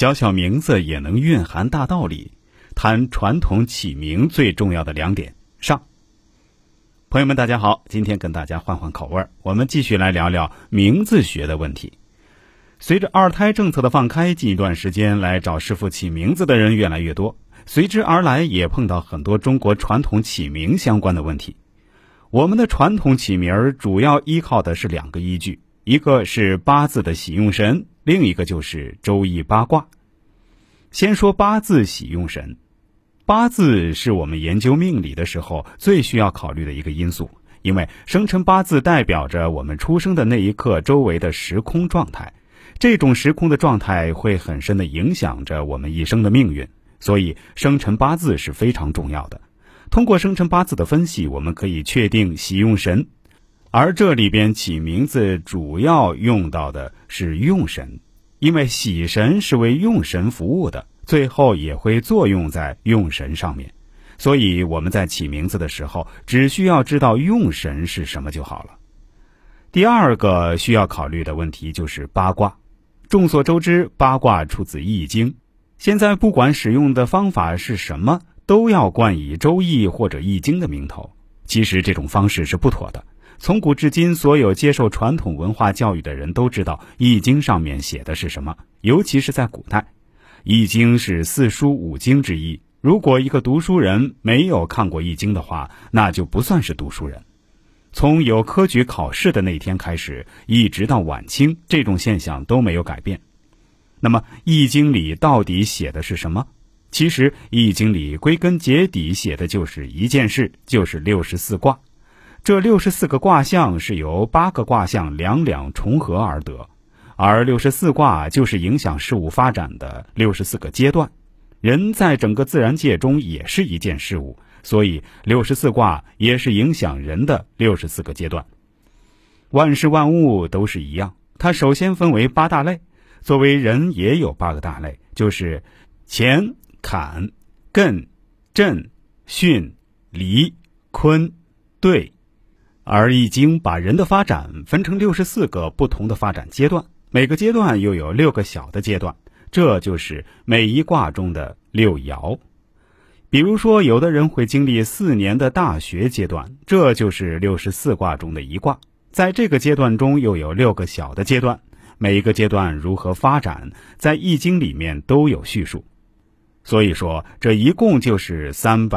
小小名字也能蕴含大道理。谈传统起名最重要的2点，上。朋友们大家好，今天跟大家换换口味，我们继续来聊聊名字学的问题。随着二胎政策的放开，近一段时间来找师傅起名字的人越来越多，随之而来也碰到很多中国传统起名相关的问题。我们的传统起名主要依靠的是2个依据，一个是八字的喜用神，另一个就是周易八卦。先说八字喜用神。八字是我们研究命理的时候最需要考虑的一个因素，因为生辰八字代表着我们出生的那一刻周围的时空状态，这种时空的状态会很深地影响着我们一生的命运，所以生辰八字是非常重要的。通过生辰八字的分析，我们可以确定喜用神，而这里边起名字主要用到的是用神，因为喜神是为用神服务的，最后也会作用在用神上面，所以我们在起名字的时候只需要知道用神是什么就好了。第2个需要考虑的问题就是八卦。众所周知，八卦出自易经，现在不管使用的方法是什么，都要冠以周易或者易经的名头。其实这种方式是不妥的，从古至今，所有接受传统文化教育的人都知道易经上面写的是什么，尤其是在古代。易经是4书5经之一，如果一个读书人没有看过易经的话，那就不算是读书人。从有科举考试的那天开始，一直到晚清，这种现象都没有改变。那么易经里到底写的是什么？其实易经里归根结底写的就是一件事，就是64卦。这64个卦象是由8个卦象两两重合而得，而64卦就是影响事物发展的64个阶段。人在整个自然界中也是一件事物，所以64卦也是影响人的64个阶段。万事万物都是一样，它首先分为8大类，作为人也有8个大类，就是乾、坎、艮、震、巽、离、坤、兑。而易经把人的发展分成64个不同的发展阶段，每个阶段又有6个小的阶段，这就是每一卦中的6爻。比如说，有的人会经历4年的大学阶段，这就是64卦中的一卦。在这个阶段中又有6个小的阶段，每一个阶段如何发展，在易经里面都有叙述。所以说，这一共就是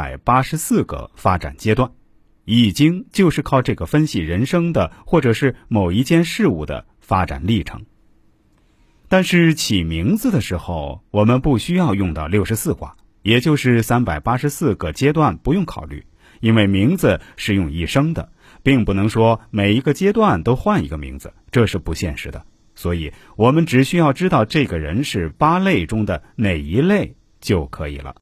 384个发展阶段。易经就是靠这个分析人生的，或者是某一件事物的发展历程。但是起名字的时候，我们不需要用到64卦，也就是384个阶段不用考虑，因为名字是用一生的，并不能说每一个阶段都换一个名字，这是不现实的。所以我们只需要知道这个人是8类中的哪一类就可以了。